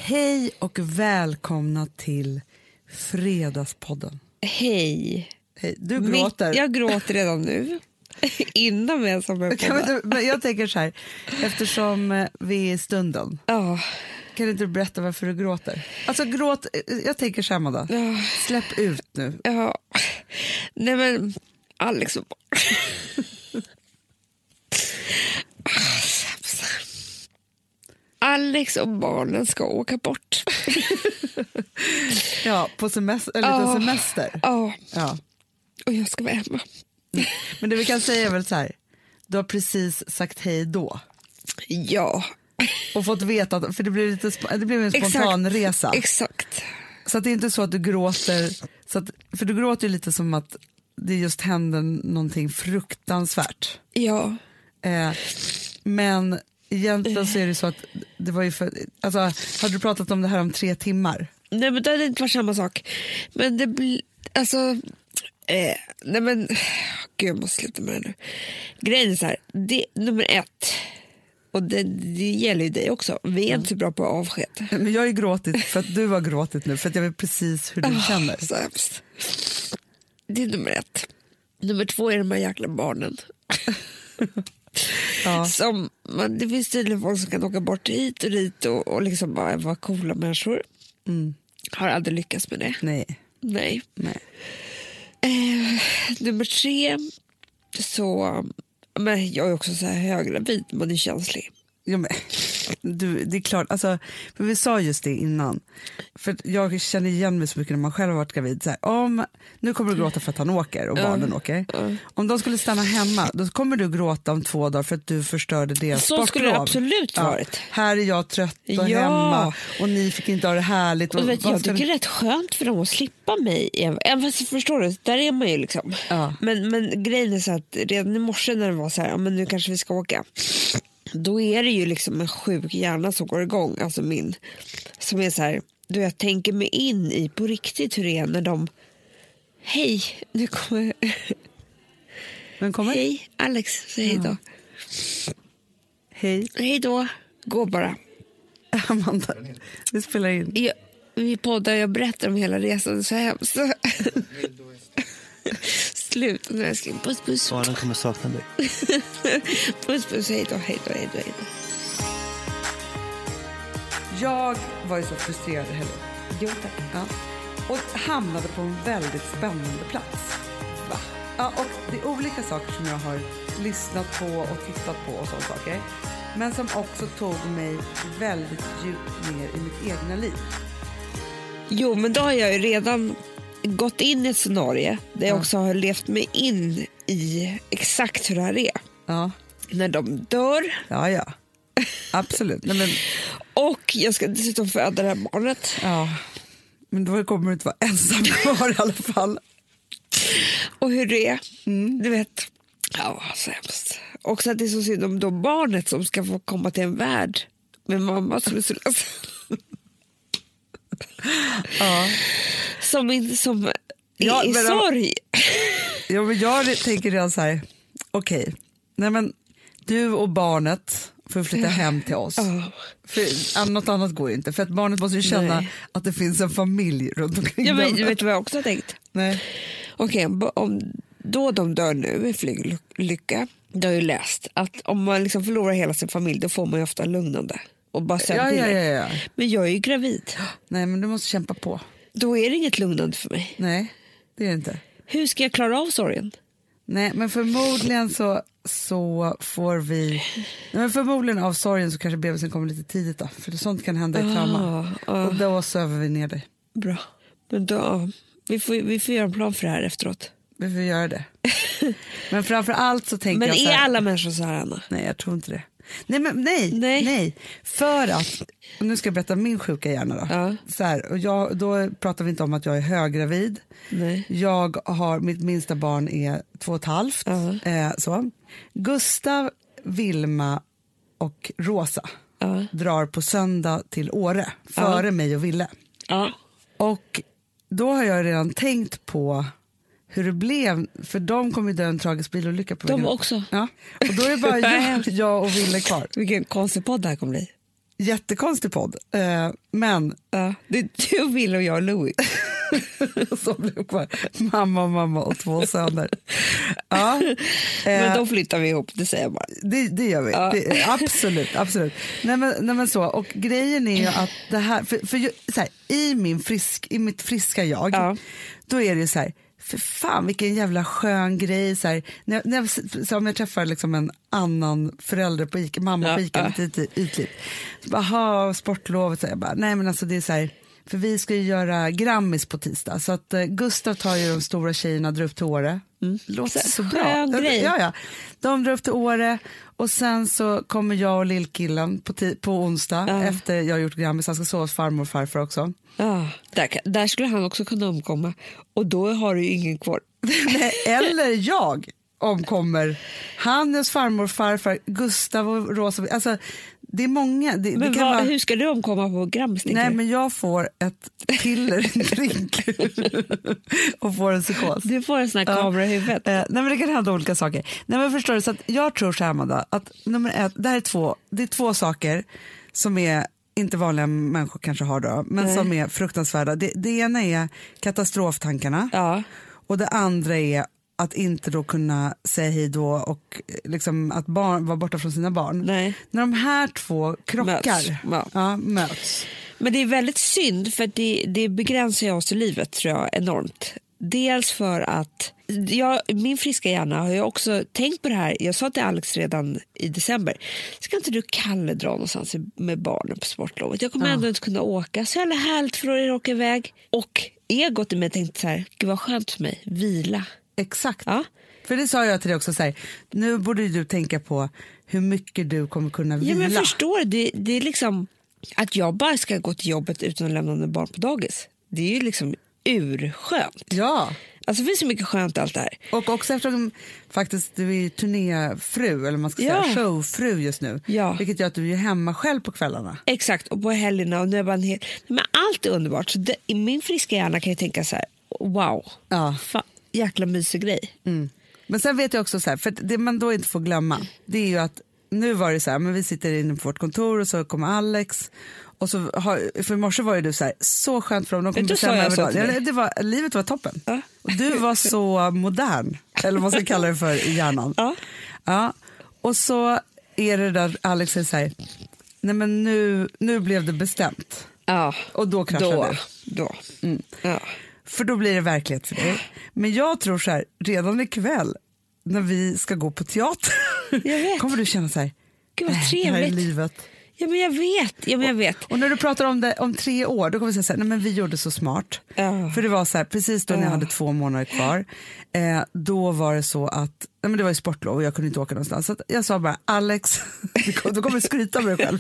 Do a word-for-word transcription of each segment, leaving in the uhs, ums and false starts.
Hej och välkomna till Fredagspodden. Hej. Hej. Du gråter. Mitt, jag gråter redan nu. Innan vi ens har börjat podda. Men jag tänker så här, eftersom vi är i stunden. Oh. Kan inte du berätta varför du gråter? Alltså gråt, jag tänker så här, Amanda. Oh. Släpp ut nu. Ja. Nej men, Alex och Alex och barnen ska åka bort. Ja, på semester, en liten oh. semester. Oh. Ja. Och jag ska vara hemma. Men det vi kan säga är väl så här, du har precis sagt hej då. Ja. Och fått veta, att, för det blev, lite, det blev en spontan Exakt. resa. Exakt. Så att det är inte så att du gråter, så att, för du gråter ju lite som att det just händer någonting fruktansvärt. Ja. Eh, men egentligen så är det så att det var ju för, alltså, hade du pratat om det här om tre timmar? Nej men det hade inte varit samma sak. Men det blir, alltså, eh, nej men, gud jag måste sluta med det nu. Grejen är så här, det, nummer ett, och det, det gäller ju dig också, vi är mm. inte så bra på avsked. Men jag har ju gråtit för att du har gråtit nu, för att jag vet precis hur du oh, känner. Så hemskt. Det är nummer ett. Nummer två är de här jäkla barnen. Ja. Som, man, det finns tydligen folk som kan åka bort hit och dit och, och liksom bara vara coola människor. Mm. Har aldrig lyckats med det. Nej. Nej. Nej. Eh, nummer tre, så, men jag är också så här höggravid, man är känslig. Ja, men, du, det är klart, alltså, för vi sa just det innan, för jag känner igen mig så mycket när man själv har varit gravid, så här, om, nu kommer du gråta för att han åker och barnen uh, åker, uh. om de skulle stanna hemma, då kommer du gråta om två dagar för att du förstörde deras sportlov. Så skulle det absolut ja. varit. Här är jag trött och ja. hemma och ni fick inte ha det härligt. Och, och vet, jag tycker det är rätt skönt för dem att slippa mig, även fast förstår du, där är man ju liksom. Uh. Men, men grejen är så att redan i morse när det var så här, ja, men nu kanske vi ska åka, då är det ju liksom en sjuk hjärna som går igång, alltså min, som är så här, då jag tänker mig in i på riktigt hur det är när de, hej, nu kommer Vem kommer? Hej, Alex, säg hej då. Hej. Hej då, gå bara. Amanda, vi spelar in. Jag, vi poddar, jag berättar om hela resan, så hemskt. Slut, nu älskling. Puss, puss. Barnen kommer sakna dig. Puss, puss, hej då, hej då, hej då, hej då. Jag var ju så frustrerad heller. Jo, tack. Ja. Och hamnade på en väldigt spännande plats. Va? Ja, och det är olika saker som jag har lyssnat på och tittat på och sådana saker. Men som också tog mig väldigt djupt ner i mitt egna liv. Jo, men då har jag ju redan gått in i ett scenario där jag ja. också har levt mig in i exakt hur det här är. Ja. När de dör. Ja, ja. Absolut. Nej, men... Och jag ska dessutom föda det här barnet. Ja. Men då kommer du inte vara ensam kvar i alla fall. Och hur det är. Mm. Du vet. Ja, så hemskt. Också att det är så synd om då barnet som ska få komma till en värld med mamma som är så ledsen. Ja. Som, in, som ja, i, i men, sorg. Ja, men jag tänker redan så här, okej, okay. Nej men du och barnet får flytta hem till oss. Oh. För något annat går ju inte, för att barnet måste ju känna Nej. att det finns en familj runt omkring ja, dem. Men, vet du vad jag också har tänkt? Nej. Okej, okay, om då de dör nu i flyglycka, då har jag ju läst att om man liksom förlorar hela sin familj, då får man ju ofta lugnande. Och bara ja, ja, ja, ja. Men jag är ju gravid. Nej, men du måste kämpa på. Då är det inget lugnande för mig. Nej, det är det inte. Hur ska jag klara av sorgen? Nej, men förmodligen så, så får vi... Nej, men förmodligen av sorgen så kanske bebisen kommer lite tidigt då. För sånt kan hända i trauma. Ah, ah. Och då söver vi ner dig. Bra. Men då... Vi får, vi får göra en plan för det här efteråt. Vi får göra det. Men framför allt så tänker men jag så här... Men är alla människor så här, Anna? Nej, jag tror inte det. Nej, men nej, nej, nej. För att, och nu ska jag berätta min sjuka hjärna då. Ja. Så här, och jag, då pratar vi inte om att jag är höggravid. Nej. Jag har, mitt minsta barn är två och ett halvt. Ja. Eh, så. Gustav, Vilma och Rosa ja. drar på söndag till Åre före ja. mig och Ville. Ja. Och då har jag redan tänkt på hur det blev, för de kommer ju dö en tragisk bilolycka på vägen. De också. Ja. Och då är det bara jag, jag och Ville kvar. Vilken konstig podd det här kommer bli. jättekonstig podd. Uh, men... Ja, det är du, Will och jag, Louis. Som blev kvar. Mamma och mamma och två söner. Ja. Men då flyttar vi ihop, det säger jag bara. Det, det gör vi. Ja. Det, absolut, absolut. Nej men, nej men så. Och grejen är ju att det här... För, för så här, i, min frisk, i mitt friska jag, ja. Då är det ju så här... För fan vilken jävla skön grej. Så här, när, när jag, så om jag träffar liksom en annan förälder på Ica, mamma på Ica, ja, lite ytligt. Så bara, ha sportlovet. Så jag bara, nej men alltså det är så här... För vi ska ju göra Grammis på tisdag. Så att uh, Gustav tar ju de stora tjejerna, drar upp till Åre. Mm. Låter så, så bra. Ja, ja. De drar upp till Åre. Och sen så kommer jag och lillkillen på, t- på onsdag. Ja. Efter jag har gjort Grammis. Han ska sova hos farmor och farfar också. Ja, där, där skulle han också kunna omkomma. Och då har du ju ingen kvar. Nej, eller jag omkommer. Han hos farmor och farfar. Gustav och Rosa. Alltså... Det är många. Det, men det kan vad, vara... hur ska du omkomma på Grammis? Nej, men jag får ett piller, en drink och får en psykos. Du får en sån här kamera i huvudet. Uh, nej, men det kan hända olika saker. Nej, men förstår du, så att jag tror så här, Amanda, att nummer ett, det här är två, det är två saker som är inte vanliga människor kanske har då, men nej, som är fruktansvärda. Det, det ena är katastroftankarna, ja, och det andra är att inte då kunna säga hej då och liksom att barn var borta från sina barn. Nej. När de här två krockar möts. Ja. Ja, möts. Men det är väldigt synd, för det, det begränsar oss i livet, tror jag, enormt. Dels för att jag, min friska hjärna har jag också tänkt på det här. Jag sa till Alex redan i december, ska inte du Kalle dra någonstans med barnen på sportlovet? Jag kommer ja. ändå inte kunna åka. Så jävla härligt för att åka iväg. Och egot i mig tänkte så här, gud vad skönt för mig, vila. Exakt. Ja. För det sa jag till dig också, så här, nu borde du tänka på hur mycket du kommer kunna vila. Ja, men jag förstår, det, det är liksom att jag bara ska gå till jobbet utan att lämna en barn på dagis. Det är ju liksom urskönt. Ja. Alltså det finns så mycket skönt allt det här. Och också eftersom faktiskt du är turnéfru, eller man ska ja. säga showfru just nu. Ja. Vilket gör att du är hemma själv på kvällarna. Exakt, och på helgerna, och nu är bara en hel... Men allt är underbart. Så det, i min friska hjärna kan jag tänka så här, wow. Ja. Fan. Jäkla mysig grej. Mm. Men sen vet jag också så här, för det man då inte får glömma, det är ju att nu var det så här, men vi sitter inne på vårt kontor och så kommer Alex, och så har, för i morse var ju du så här, så skönt för dem, de kommer bestämma över dagen. Ja, det var, livet var toppen. Ja. Och du var så modern, eller vad man ska kalla det för i hjärnan. Ja. Ja. Och så är det där Alex säger så här, nej men nu, nu blev det bestämt. Ja. Och då kraschade då, du. Då. Mm. Ja. För då blir det verklighet för dig. Men jag tror så här, redan ikväll när vi ska gå på teater, jag vet. Kommer du känna så här, gud vad trevligt. Det här är livet. Ja, men jag vet. Ja, men jag vet. Och, och när du pratar om det om tre år, då kommer vi säga så här, nej men vi gjorde så smart. Uh. För det var så här, precis då när jag hade två månader kvar, eh, då var det så att, nej men det var ju sportlov och jag kunde inte åka någonstans. Så att jag sa bara, Alex, då kommer du skryta med dig själv.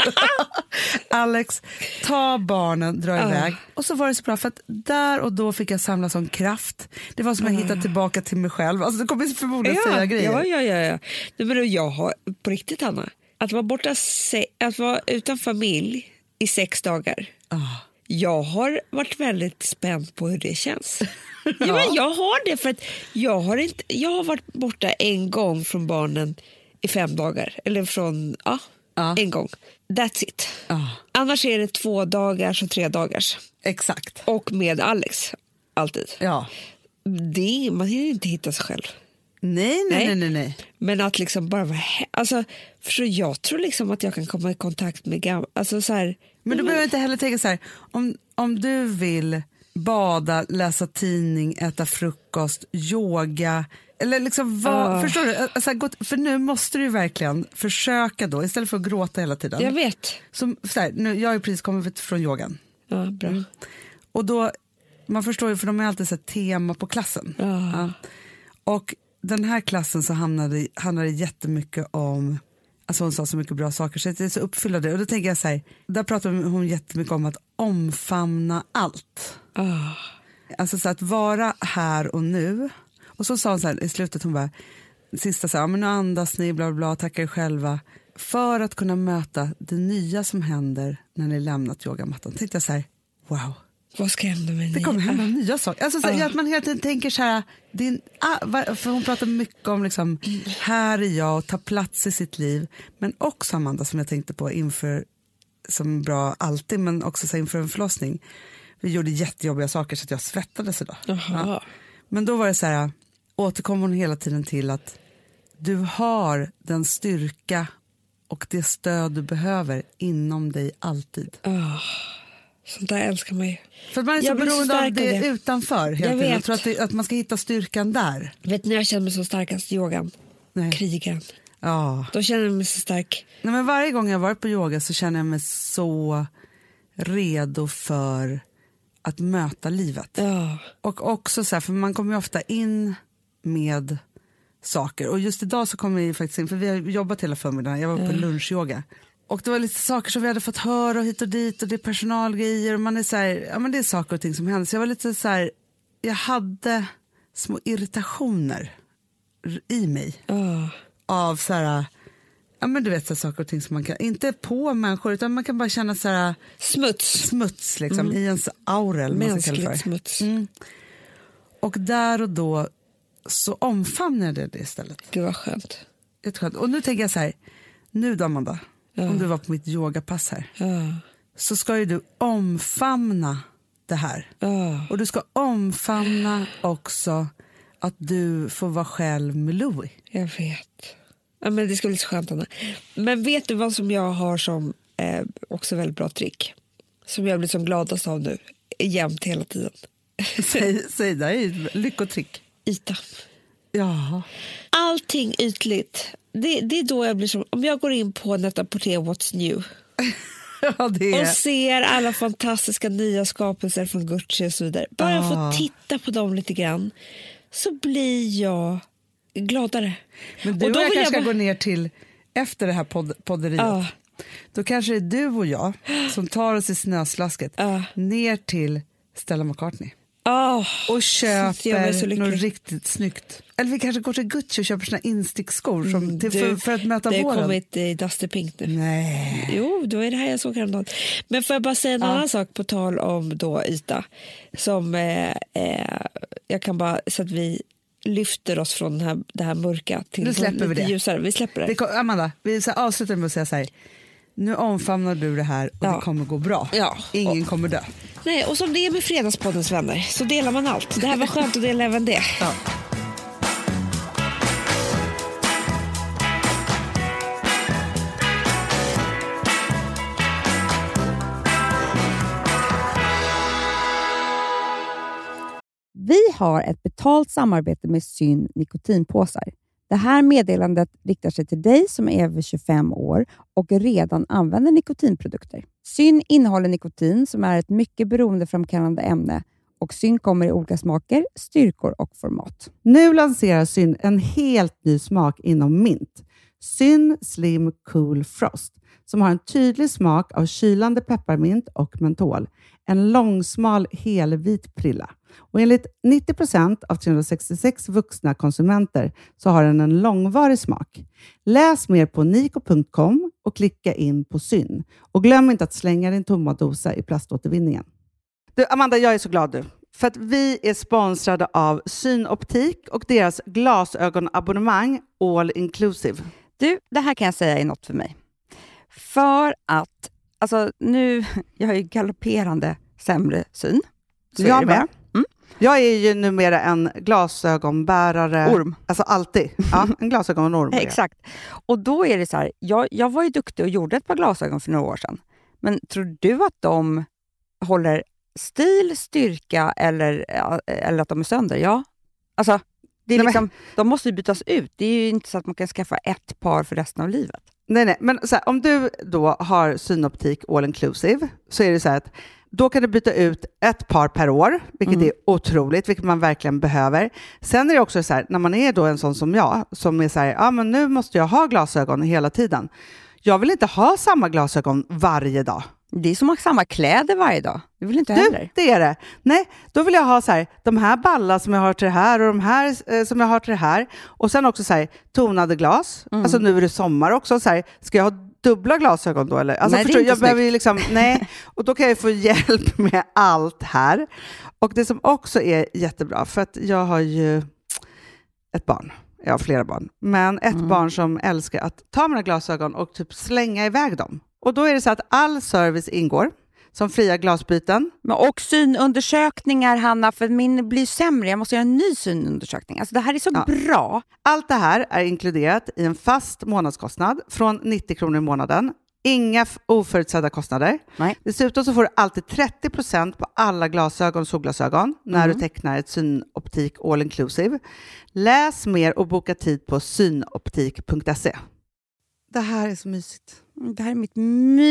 Alex, ta barnen, dra uh. iväg. Och så var det så bra, för att där och då fick jag samla sån kraft. Det var som att uh. jag hittade tillbaka till mig själv. Alltså det kommer förmodligen ja, säga grejer. Ja, ja, ja. ja. Men jag har på riktigt, Anna, att vara borta, se- att vara utan familj i sex dagar. Oh. Jag har varit väldigt spänd på hur det känns. ja. Ja, men jag har det, för att jag har, inte, jag har varit borta en gång från barnen i fem dagar. Eller från, ja, oh. en gång. That's it. Oh. Annars är det två dagars och tre dagars. Exakt. Och med Alex, alltid. Ja. Det, man hinner inte hitta sig själv. Nej, nej, nej, nej, nej. Men att liksom bara vara he- alltså, för jag tror liksom att jag kan komma i kontakt med gamla, alltså så här. Men du behöver inte heller tänka så här, om, om du vill bada, läsa tidning, äta frukost, yoga, eller liksom vad, uh. förstår du? Alltså, för nu måste du verkligen försöka då, istället för att gråta hela tiden. Jag vet. Som, så här, nu, jag har ju precis kommit från yogan. Ja, bra. Mm. Och då, man förstår ju, för de är alltid så här tema på klassen. Uh. Ja. Och den här klassen så handlade, handlade jättemycket om, alltså hon sa så mycket bra saker så det är så uppfyllande. Och då tänker jag så här, där pratar hon jättemycket om att omfamna allt. Oh. Alltså så att vara här och nu. Och så sa hon så här i slutet, hon bara, sista så här, men nu andas ni, bla bla bla, tackar er själva. För att kunna möta det nya som händer när ni lämnat yogamattan. Tänkte jag så här, wow. Vad ska hända med det kommer hända nya saker. Alltså, så, uh. att man hela tiden tänker så här, din, ah, för hon pratar mycket om liksom, här är jag, ta plats i sitt liv. Men också, Amanda, som jag tänkte på inför som bra alltid, men också så inför en förlossning. Vi gjorde jättejobbiga saker så att jag svettades idag. Ja. Men då var det så här, återkom hon hela tiden till att du har den styrka och det stöd du behöver inom dig alltid. Oh, sånt där älskar man ju. För man är så beroende av det, det utanför. Hela jag, jag tror att, det, att man ska hitta styrkan där. Vet ni när jag känner mig så starkast i yogan? Nej. Krigen. Ja. Då känner jag mig så stark. Nej, men varje gång jag varit på yoga så känner jag mig så redo för att möta livet. Ja. Och också så här, för man kommer ju ofta in med saker. Och just idag så kom vi faktiskt in, för vi har jobbat hela förmiddagen. Jag var på mm. lunchyoga. Och det var lite saker som vi hade fått höra och hit och dit. Och det är personalgrejer. Och man är så här, ja men det är saker och ting som händer. Så jag var lite så här, jag hade små irritationer i mig. Oh. Av så här, ja men du vet så här, saker och ting som man kan, inte på människor utan man kan bara känna så här smuts, smuts liksom mm. i ens aura. Mänskligt smuts. Mm. Och där och då så omfamnade jag det istället. Gud vad skönt. Jätteskönt. Och nu tänker jag så här, nu då Amanda, ja. Om du var på mitt yogapass här, ja. Så ska ju du omfamna det här. Ja. Och du ska omfamna också att du får vara själv med Louie. Jag vet. Ja, men det ska bli så skönt, Anna. Men vet du vad som jag har som eh, också väldigt bra trick? Som jag blir så gladast av nu. Jämt hela tiden. Säg, säg det är ju lyckotrick. Yta. Ja. Allting ytligt. Det, det är då jag blir som, om jag går in på Net-a-Porter What's New. Ja, det är. Och ser alla fantastiska nya skapelser från Gucci och så vidare. Bara jag ah. får titta på dem lite grann så blir jag gladare. Men du och, och jag kanske jag ska bara... gå ner till efter det här podd, podderiet. Ah. Då kanske det är du och jag som tar oss i snöslasket ah. ner till Stella McCartney. Oh, och köper något riktigt snyggt. Eller vi kanske går till Gucci och köper såna instickskor som, mm, till, du, för, för att möta det våren. Det har kommit i Dusty Pink nu. Nej. Jo, då är det här jag såg häromdagen. Men får jag bara säga en ja. annan sak på tal om då yta. Som eh, eh, jag kan bara, så att vi lyfter oss från den här, det här mörka till nu släpper vi det. Ljusare. Vi släpper det. det Amanda, vi så avslutar med att säga så här. Nu omfamnar du det här och ja. det kommer gå bra. Ja. Ingen och, kommer dö. Nej, och som det är med Fredagspoddens vänner så delar man allt. Det här var skönt att dela även det. Ja. Vi har ett betalt samarbete med Syn nikotinpåsar. Det här meddelandet riktar sig till dig som är över tjugofem år och redan använder nikotinprodukter. Syn innehåller nikotin som är ett mycket beroendeframkallande ämne och Syn kommer i olika smaker, styrkor och format. Nu lanserar Syn en helt ny smak inom mint. Syn Slim Cool Frost som har en tydlig smak av kylande pepparmint och mentol. En långsmal helvit prilla. Och enligt nittio procent av trehundrasextiosex vuxna konsumenter så har den en långvarig smak. Läs mer på niko punkt com och klicka in på Syn. Och glöm inte att slänga din tomma dosa i plaståtervinningen. Du, Amanda, jag är så glad du. För att vi är sponsrade av Synoptik och deras glasögonabonnemang All Inclusive. Du, det här kan jag säga är något för mig. För att, alltså nu, jag har ju galopperande sämre syn. Så jag är det med. Mm. Jag är ju numera en glasögonbärare. Orm. Alltså alltid. Ja, en glasögonorm. Exakt. Och då är det så här, jag, jag var ju duktig och gjorde ett par glasögon för några år sedan. Men tror du att de håller stil, styrka eller, eller att de är sönder? Ja. Alltså, det är nej, liksom, men... de måste ju bytas ut. Det är ju inte så att man kan skaffa ett par för resten av livet. Nej, nej. Men så här, om du då har Synoptik All Inclusive så är det så här att då kan du byta ut ett par per år, vilket mm. är otroligt, vilket man verkligen behöver. Sen är det också så här, när man är då en sån som jag, som är så här, ja men nu måste jag ha glasögon hela tiden. Jag vill inte ha samma glasögon varje dag. Det är som att ha samma kläder varje dag. Det vill inte heller. Du, det är det. Nej, då vill jag ha så här, de här ballar som jag har till det här och de här eh, som jag har till det här. Och sen också så här, tonade glas. Mm. Alltså nu är det sommar också. Så här, ska jag ha dubbla glasögon då? Eller? Alltså, nej, förstår, jag behöver ju liksom, nej. Och då kan jag få hjälp med allt här. Och det som också är jättebra, för att jag har ju ett barn. Jag har flera barn. Men ett mm. barn som älskar att ta mina glasögon och typ slänga iväg dem. Och då är det så att all service ingår. Som fria glasbyten. Men och synundersökningar, Hanna, för min blir sämre. Jag måste göra en ny synundersökning. Alltså det här är så ja. bra. Allt det här är inkluderat i en fast månadskostnad från nittio kronor i månaden. Inga oförutsedda kostnader. Nej. Dessutom så får du alltid trettio procent på alla glasögon och solglasögon när mm. du tecknar ett synoptik all inclusive. Läs mer och boka tid på synoptik punkt se. Det här är så mysigt. Det här är mitt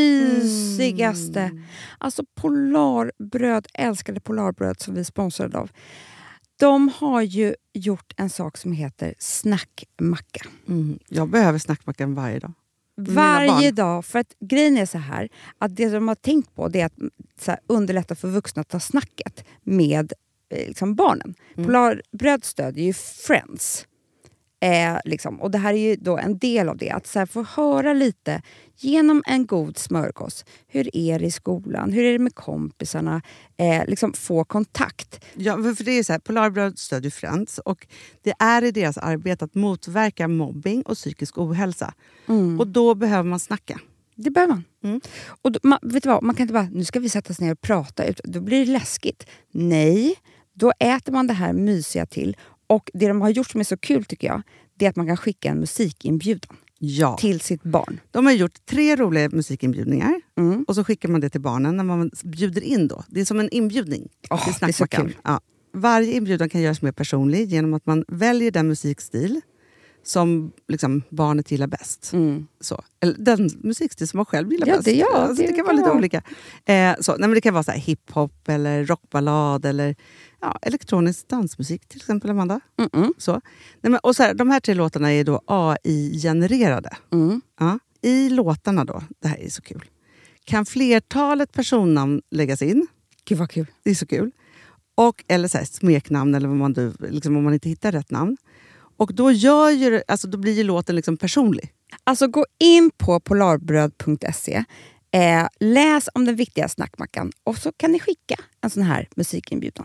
mysigaste. Mm. Alltså Polarbröd, älskade Polarbröd som vi sponsrade av. De har ju gjort en sak som heter snackmacka. Mm. Jag behöver snackmackan varje dag. Varje dag, för att grejen är så här att det de har tänkt på det är att så här, underlätta för vuxna att ta snacket med eh, liksom barnen. Mm. Polarbröd stödjer ju Friends. Eh, liksom. Och det här är ju då en del av det. Att så här, få höra lite genom en god smörgås. Hur är det i skolan? Hur är det med kompisarna? Eh, liksom få kontakt. Ja, för det är så här, Polarbröd stödjer Friends. Och det är i deras arbete att motverka mobbing och psykisk ohälsa. Mm. Och då behöver man snacka. Det behöver man. Mm. Och då, man, vet du vad? Man kan inte bara, nu ska vi sätta oss ner och prata. Då blir det läskigt. Nej, då äter man det här mysiga till. Och det de har gjort som är så kul tycker jag, det är att man kan skicka en musikinbjudan ja. till sitt barn. De har gjort tre roliga musikinbjudningar mm. och så skickar man det till barnen när man bjuder in då. Det är som en inbjudning oh, till det är så kul. Ja. Varje inbjudan kan göras mer personlig genom att man väljer den musikstil som liksom barnet gillar bäst. Mm. Så. Eller den musikstil som man själv gillar ja, bäst. Det, ja, alltså, det, det kan vara lite olika. Eh, så. Nej, men det kan vara så här hiphop eller rockballad eller ja, elektronisk dansmusik till exempel, Amanda. Mm-mm. Så. Nej, men, och så här, de här tre låtarna är då A I-genererade. Mm. Ja. I låtarna då, det här är så kul, kan flertalet personnamn läggas in. Gud vad kul. Det är så kul. Och, eller så här, smeknamn eller vad man, du, liksom, om man inte hittar rätt namn. Och då, gör ju, alltså, då blir ju låten liksom personlig. Alltså gå in på polarbröd punkt se. Eh, läs om den viktiga snackmackan. Och så kan ni skicka en sån här musikinbjudan.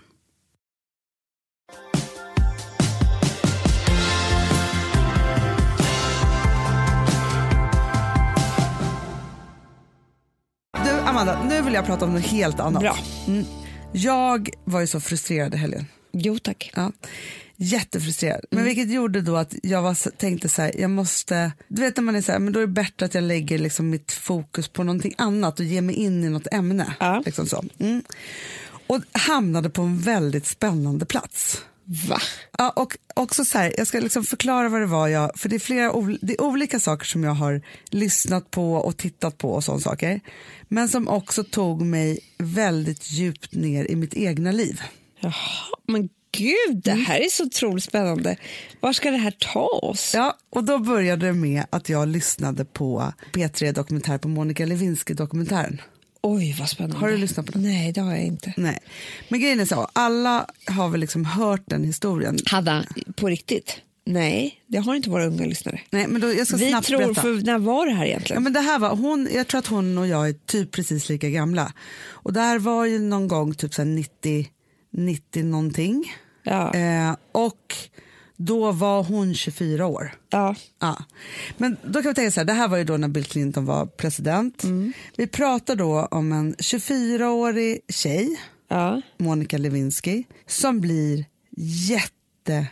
Du Amanda, nu vill jag prata om något helt annat. Bra. Mm. Jag var ju så frustrerad i helgen. Jo tack. Ja. Jättefrustrerad. Mm. Men vilket gjorde då att jag var, tänkte så här, jag måste, du vet när man är så här, men då är det bättre att jag lägger liksom mitt fokus på någonting annat och ger mig in i något ämne. Ja. Liksom så. Mm. Och hamnade på en väldigt spännande plats. Va? Ja, och också så här, jag ska liksom förklara vad det var jag, för det är flera det är olika saker som jag har lyssnat på och tittat på och sådana saker. Men som också tog mig väldigt djupt ner i mitt egna liv. Jaha, men gud, det här är så otroligt spännande. Var ska det här ta oss? Ja, och då började det med att jag lyssnade på P tre-dokumentär på Monica Lewinsky-dokumentären. Oj, vad spännande. Har du lyssnat på den? Nej, det har jag inte. Nej. Men grejen är så, alla har väl liksom hört den historien. Hanna, på riktigt? Nej, det har inte våra unga lyssnare. Nej, men då, jag ska Vi snabbt tror, berätta. för när var det här egentligen? Ja, men det här var, hon, jag tror att hon och jag är typ precis lika gamla. Och det här var ju någon gång typ så här nittio, nittio någonting. Ja. Eh, och då var hon tjugofyra år. Ja. Ja. Men då kan vi tänka så här, det här var ju då när Bill Clinton var president. Mm. Vi pratar då om en tjugofyraårig tjej, Ja. Monica Lewinsky, som blir jätte,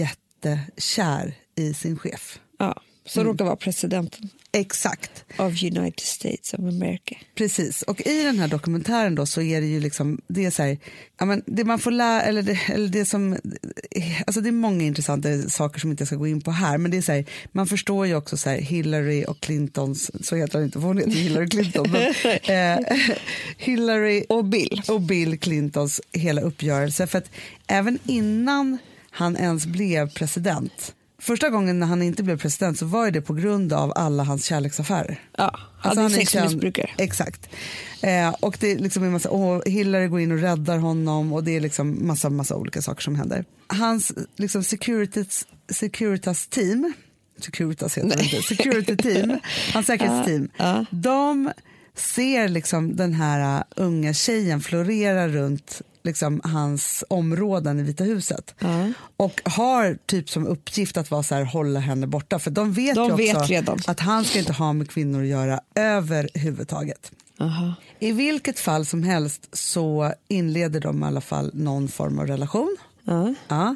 jättekär i sin chef. Ja. Som mm. råkar vara presidenten. Exakt. Of United States of America. Precis, och i den här dokumentären då så är det ju liksom, det är så här, ja men det man får lära, eller det, eller det som, alltså det är många intressanta saker som inte jag ska gå in på här, men det är så här, man förstår ju också så här, Hillary och Clintons, så heter hon inte, för hon heter Hillary Clinton, men, eh, Hillary och Bill. och Bill Clintons hela uppgörelse, för att även innan han ens blev president, första gången när han inte blev president så var det på grund av alla hans kärleksaffärer. Ja, alltså han är sexmissbrukare. Exakt. Eh, och det är liksom en massa, åh, Hillary går in och räddar honom och det är liksom massa, massa olika saker som händer. Hans liksom Securitas, Securitas team, Securitas heter det inte, Security team, hans säkerhetsteam, ja, ja. de ser liksom den här uh, unga tjejen florera runt liksom hans områden i Vita huset. Mm. Och har typ som uppgift att vara så här, hålla henne borta. För de vet de ju också vet redan. att han ska inte ha med kvinnor att göra överhuvudtaget. Uh-huh. I vilket fall som helst så inleder de i alla fall någon form av relation. Uh-huh. Ja.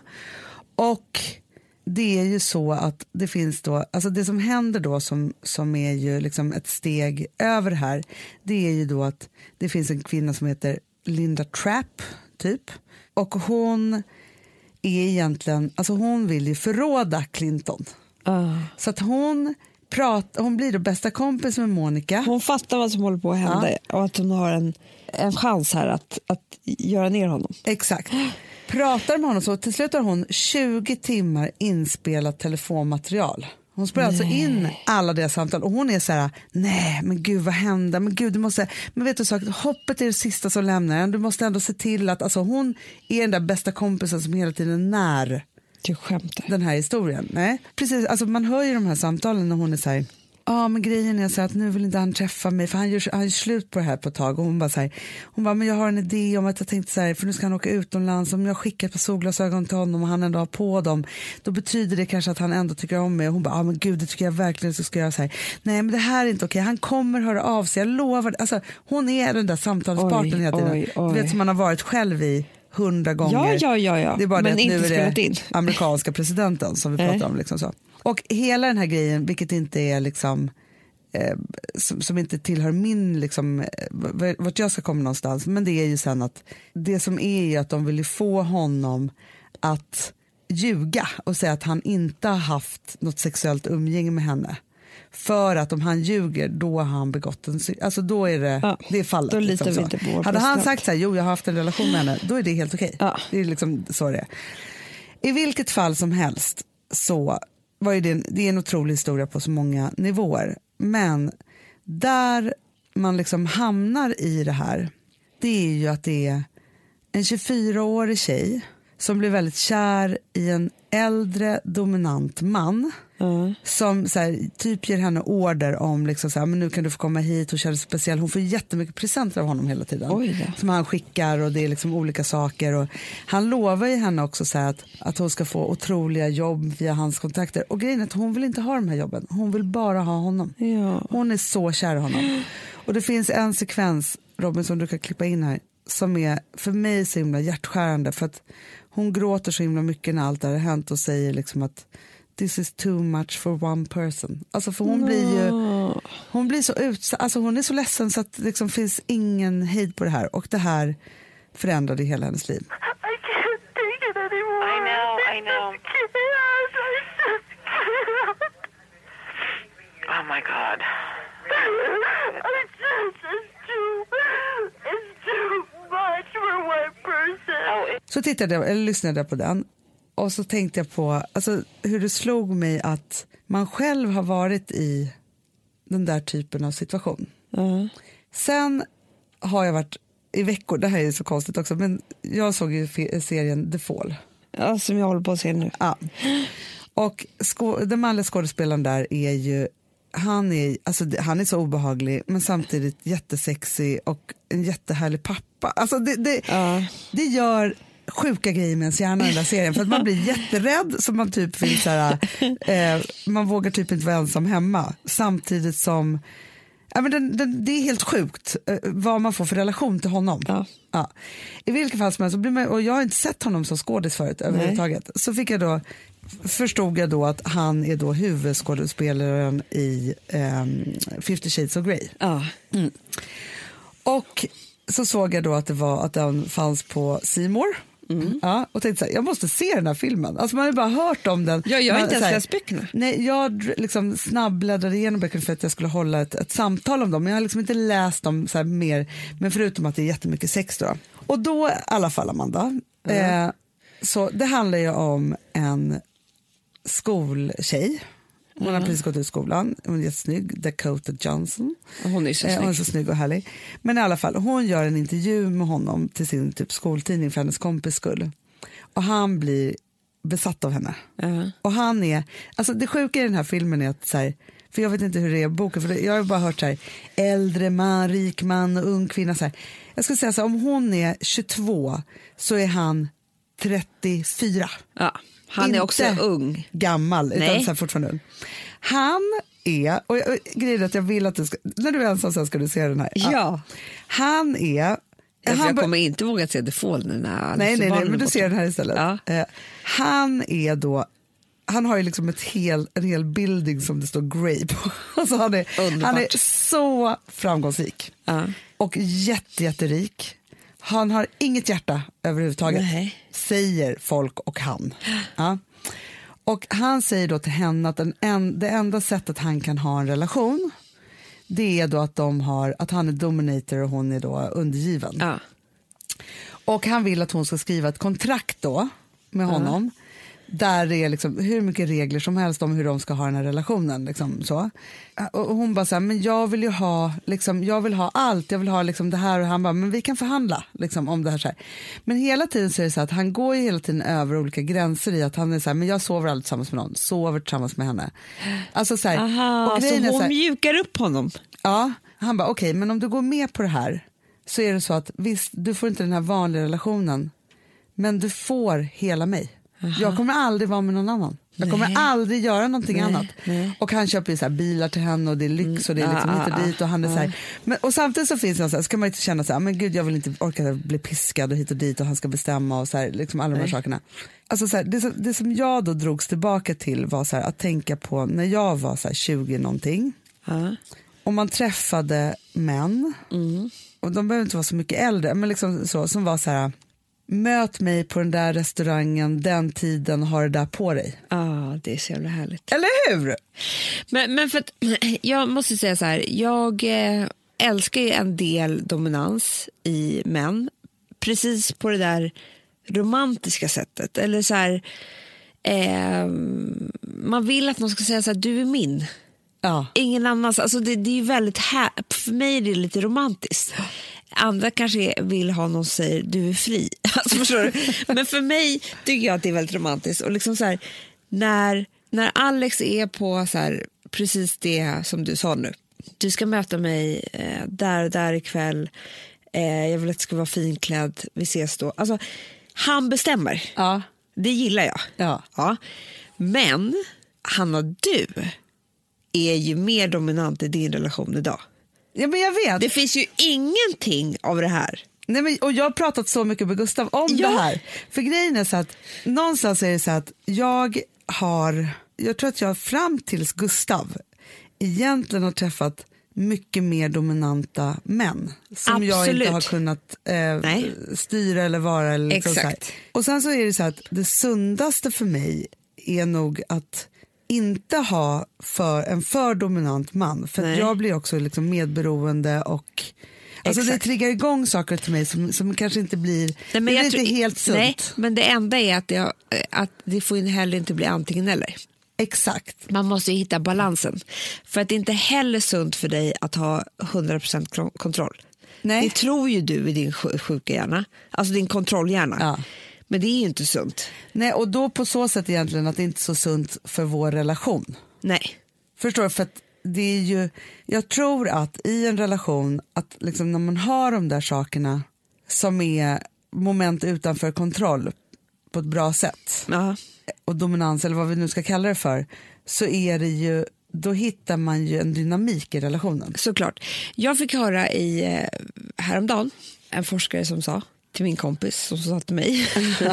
Och det är ju så att det finns då, alltså det som händer då som, som är ju liksom ett steg över här, det är ju då att det finns en kvinna som heter Linda Trapp typ, och hon är egentligen, alltså hon vill ju förråda Clinton. Uh. Så att hon pratar, hon blir då bästa kompis med Monica. Hon fattar vad som håller på att hända, ja. Och att hon har en, en chans här att, att göra ner honom. Exakt. Pratar med honom så till slut har hon tjugo timmar inspelat telefonmaterial. Hon spelar nej. alltså in alla deras samtal och hon är så här: nej men gud vad hände, men gud du måste, men vet du så, hoppet är det sista som lämnar en, du måste ändå se till att, alltså hon är den där bästa kompisen som hela tiden när du skämtar. Den här historien. Nej, precis, alltså man hör ju de här samtalen när hon är så här: ja, men grejen är så att nu vill inte han träffa mig för han gör, han gör slut på det här på ett tag. Och hon bara så här, hon bara, men jag har en idé om att jag tänkte så här, för nu ska han åka utomlands, om jag skickar ett par solglasögon till honom och han ändå har på dem, då betyder det kanske att han ändå tycker om mig. Och hon bara, ja men gud, det tycker jag verkligen, så ska jag säga, nej men det här är inte okej, han kommer höra av sig, jag lovar. Alltså hon är den där samtalspartnern hela tiden. Oj, oj. Du vet som man har varit själv i hundra gånger. Ja, ja, ja, ja. Det är bara men det att nu är det in. amerikanska presidenten som vi pratar om liksom så. Och hela den här grejen, vilket inte är liksom Eh, som, som inte tillhör min liksom, eh, vart jag ska komma någonstans, men det är ju sen att det som är ju att de vill få honom att ljuga och säga att han inte har haft något sexuellt umgänge med henne, för att om han ljuger då har han begått en, alltså då är det, ja, det är fallet. Då litar liksom vi inte på vår hade han president. sagt så här, jo jag har haft en relation med henne, då är det helt okej. Ja. Det är liksom så det är. I vilket fall som helst så var ju det, det är en otrolig historia på så många nivåer. Men där man liksom hamnar i det här, det är ju att det är en tjugofyraårig tjej som blir väldigt kär i en äldre dominant man mm. som så här, typ ger henne order om liksom så här, men nu kan du få komma hit och köra speciell. Hon får jättemycket presenter av honom hela tiden. Oj, ja. Som han skickar och det är liksom olika saker. Och han lovar ju henne också så här att, att hon ska få otroliga jobb via hans kontakter. Och grejen är att hon vill inte ha de här jobben. Hon vill bara ha honom. Ja. Hon är så kär i honom. Och det finns en sekvens, Robin, som du kan klippa in här, som är för mig så himla hjärtskärande, för att hon gråter så himla mycket när allt det här har hänt och säger liksom att this is too much for one person. Alltså för hon no. blir ju hon blir så utsatt, alltså hon är så ledsen så att det liksom finns ingen hejd på det här, och det här förändrade hela hennes liv. I can't take it anymore. I know, I know. Oh my God. It's just, it's too, it's too much for one person. Så tittade jag, eller lyssnade jag på den, och så tänkte jag på alltså, hur det slog mig att man själv har varit i den där typen av situation. Mm. Sen har jag varit i veckor, det här är så konstigt också, men jag såg ju serien The Fall. Ja, som jag håller på att se nu. Ja. Och skå- den manliga skådespelaren där är ju, han är, alltså, han är så obehaglig men samtidigt jättesexig och en jättehärlig pappa. Alltså det, det, ja. det gör sjuka grejer med ens hjärna i den där serien, för att man blir jätterädd, så man typ vill så här, eh, man vågar typ inte vara ensam hemma, samtidigt som ja, men den, den, det är helt sjukt eh, vad man får för relation till honom. Ja. Ja. I vilket fall som helst så blir man, och jag har inte sett honom som skådis förut överhuvudtaget, så fick jag då förstod jag då att han är då huvudskådespelaren i um, Fifty Shades of Grey. Ja. Mm. Och så såg jag då att det var att den fanns på C More. Mm. Ja, och tänkte så här, jag måste se den här filmen. Alltså man har bara hört om den. Ja, jag har man, inte ens här, läst böckerna. Nej, jag liksom snabbbläddrade igenom böckerna för att jag skulle hålla ett, ett samtal om dem. Men jag har liksom inte läst dem så här mer, men förutom att det är jättemycket sex då. Och då i alla fall, Amanda, mm. eh, så det handlar ju om en skoltjej. Hon mm. har precis gått ut skolan. Hon är jättesnygg, Dakota Johnson. Hon är så snygg. Eh, hon är så snygg och härlig. Men i alla fall, hon gör en intervju med honom till sin typ skoltidning för hennes kompis skull. Och han blir besatt av henne. Mm. Och han är, alltså det sjuka i den här filmen är att så här, för jag vet inte hur det är i boken, för jag har bara hört så här, äldre man, rik man och ung kvinna så här. Jag ska säga så här, om hon är tjugotvå så är han trettiofyra. Ja, han inte är också ung. Gammal, Nej. utan så här fortfarande ung. Han är, och, och grejen är att jag vill att du ska, när du är ensam sen ska du se den här. Ja. Han är... Han han jag bör- kommer inte våga se The Fall när nej, nej, nej, barnen men är du borta. ser den här istället. Ja. Eh, han är då, han har ju liksom ett hel, en hel building som det står Grey på. Alltså han, är, Underbart. han är så framgångsrik Ja. och jätte, jätterik. Han har inget hjärta överhuvudtaget, Nej. säger folk och han. Ja. Och han säger då till henne att den en, det enda sättet han kan ha en relation, det är då att, de har, att han är dominator och hon är då undergiven. Ja. Och han vill att hon ska skriva ett kontrakt då med honom. Där det är liksom hur mycket regler som helst om hur de ska ha den här relationen. Liksom så. Och hon bara så här, men jag vill ju ha, liksom, jag vill ha allt. Jag vill ha liksom det här och han bara, men vi kan förhandla liksom, om det här, så här. Men hela tiden så är det så att han går ju hela tiden över olika gränser i att han är så här, men jag sover aldrig tillsammans med någon. Sover tillsammans med henne. Alltså så här. Aha, och så grejen är hon så här, mjukar upp honom. ja, han bara okej, okay, men om du går med på det här så är det så att visst, du får inte den här vanliga relationen, men du får hela mig. Aha. Jag kommer aldrig vara med någon annan. Jag kommer Nej. aldrig göra någonting Nej. annat. Nej. Och han köper ju så här bilar till henne och det är lyx och det är liksom Mm. hit och Ah, dit och han är ah, så här. Men, och samtidigt så finns det så här, ska man inte känna så här, men gud jag vill inte orka bli piskad och hit och dit och han ska bestämma och så här, liksom alla de här Nej. sakerna. Alltså så här, det, som- det som jag då drogs tillbaka till var så här, att tänka på när jag var så här tjugo någonting. Ja. Och man träffade män, Mm. och de behöver inte vara så mycket äldre, men liksom så, som var så här, möt mig på den där restaurangen den tiden, har det där på dig. Ja, det är så jävla härligt. Eller hur? Men, men för att, jag måste säga så här, jag eh, älskar ju en del dominans i män, precis på det där romantiska sättet. Eller så här, eh, man vill att någon ska säga så här, du är min. Ja. Ingen annans, alltså det, det är ju väldigt här, för mig är det lite romantiskt. Andra kanske vill ha någon som säger du är fri. Alltså, förstår du? Men för mig tycker jag att det är väldigt romantiskt. Och liksom så här, när, när Alex är på så här, precis det som du sa nu. Du ska möta mig eh, där och där ikväll. Eh, jag vill att du ska vara finklädd. Vi ses då. Alltså, han bestämmer. Ja. Det gillar jag. Ja. Ja. Men Hanna, du är ju mer dominant i din relation idag. Ja, men jag vet. Det finns ju ingenting av det här. Nej, men, och jag har pratat så mycket med Gustav om Ja. det här. För grejen är så att någonstans är det så att jag har, jag tror att jag fram tills Gustav egentligen har träffat mycket mer dominanta män som jag Absolut. inte har kunnat eh, Nej. styra eller vara. Eller liksom så här. Exakt. Och sen så är det så att det sundaste för mig är nog att inte ha för, en för dominant man. För att Nej. jag blir också liksom medberoende och alltså det Exakt. triggar igång saker till mig som, som kanske inte blir, Nej, det men blir jag inte tror- helt sunt. Nej, men det enda är att, jag, att det får ju heller inte bli antingen eller. Exakt. Man måste ju hitta balansen. För att det är inte heller sunt för dig att ha hundra procent kro- kontroll. Nej. Det tror ju du i din sj- sjuka hjärna. Alltså din kontrollhjärna. Ja. Men det är ju inte sunt. Nej, och då på så sätt egentligen att det inte är så sunt för vår relation. Nej. Förstår du? För att det är ju, jag tror att i en relation, att liksom när man har de där sakerna som är moment utanför kontroll på ett bra sätt Ja. och dominans eller vad vi nu ska kalla det för, så är det ju, då hittar man ju en dynamik i relationen. Såklart. Jag fick höra i eh, häromdagen en forskare som sa till min kompis som sa till mig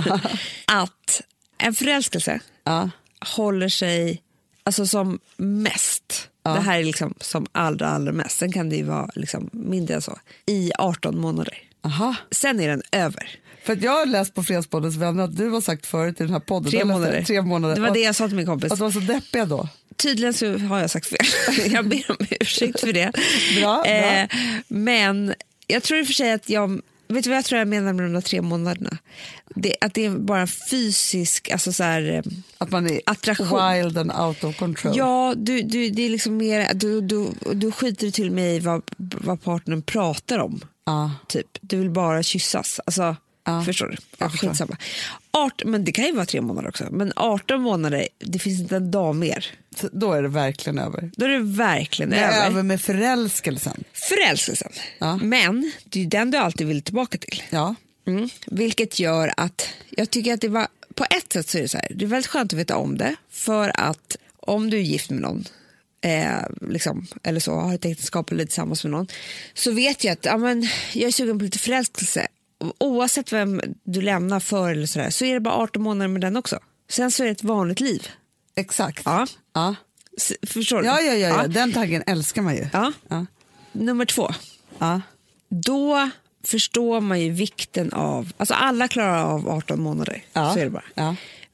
att en förälskelse Ja. håller sig alltså som mest. Ja. Det här är liksom som allra, allra mest. Sen kan det ju vara liksom mindre än så. I arton månader. Aha. Sen är den över. För att jag har läst på Fredspoddens vänner att du har sagt förut i den här podden. Tre Jag läste månader. tre månader. Det var Och- det jag sa till min kompis. Att du var så deppiga då. Tydligen så har jag sagt fel. Jag ber om ursäkt för det. Bra, bra. Eh, men jag tror i och för sig att jag... Vet du vad jag tror jag menar med de där tre månaderna? Det, att det är bara fysisk, alltså så här, eh, Att man är attraktion. wild and out of control. Ja, du, du, det är liksom mer, du, du, du skiter till mig i vad, vad partnern pratar om. Ja. Typ, du vill bara kyssas. Alltså, Ja. Förstår du? Ja, förstår. skitsamma. Art, men det kan ju vara tre månader också. Men arton månader, det finns inte en dag mer. Så då är det verkligen över. Då är det verkligen Det är över. över med förälskelsen. Förälskelsen. Ja. Men det är ju den du alltid vill tillbaka till. Ja. Mm. Vilket gör att jag tycker att det var, på ett sätt så är det så här, det är väldigt skönt att veta om det. För att om du är gift med någon, eh, liksom, eller så, har ett äktenskap eller tillsammans med någon, så vet jag att ja, men, jag är sugen på lite förälskelse. Oavsett vem du lämnar för eller sådär, så är det bara arton månader med den också. Sen så är det ett vanligt liv. Exakt. Ja. Ja. S- Förstår du? Ja, ja, ja, ja. Den tanken älskar man ju. Ja. Ja. Nummer två. Ja. Då förstår man ju vikten av, alltså alla klarar av arton månader, Ja. så är det bara. Ja.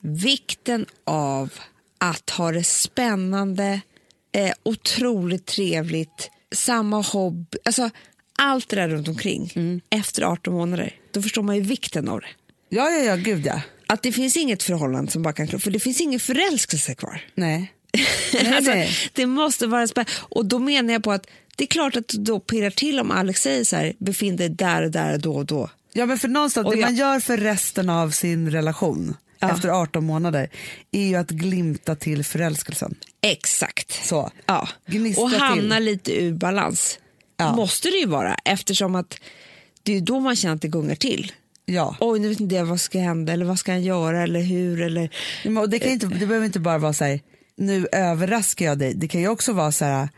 Vikten av att ha det spännande, eh, otroligt trevligt, samma hobby, alltså allt det där runt omkring Mm. efter arton månader, då förstår man ju vikten av det. Ja, ja, ja, gud ja. Att det finns inget förhållande som bara kan, för det finns ingen förälskelse kvar. Nej. Nej, alltså, nej. det måste vara spännande. Och då menar jag på att det är klart att du då pirrar till om Alex säger så här, befinner dig där och där och då och då. Ja, men för någonstans, Och det jag- man gör för resten av sin relation Ja. efter arton månader är ju att glimta till förälskelsen. Exakt. Så. Ja. Gnista Och hamna till. lite ur balans. Ja. Måste det ju vara, eftersom att det är då man känner att det gungar till. Ja. Oj, nu vet inte jag vad ska hända eller vad ska han göra eller hur eller... Men och det, kan inte, det behöver inte bara vara så här, nu överraskar jag dig. Det kan ju också vara så här,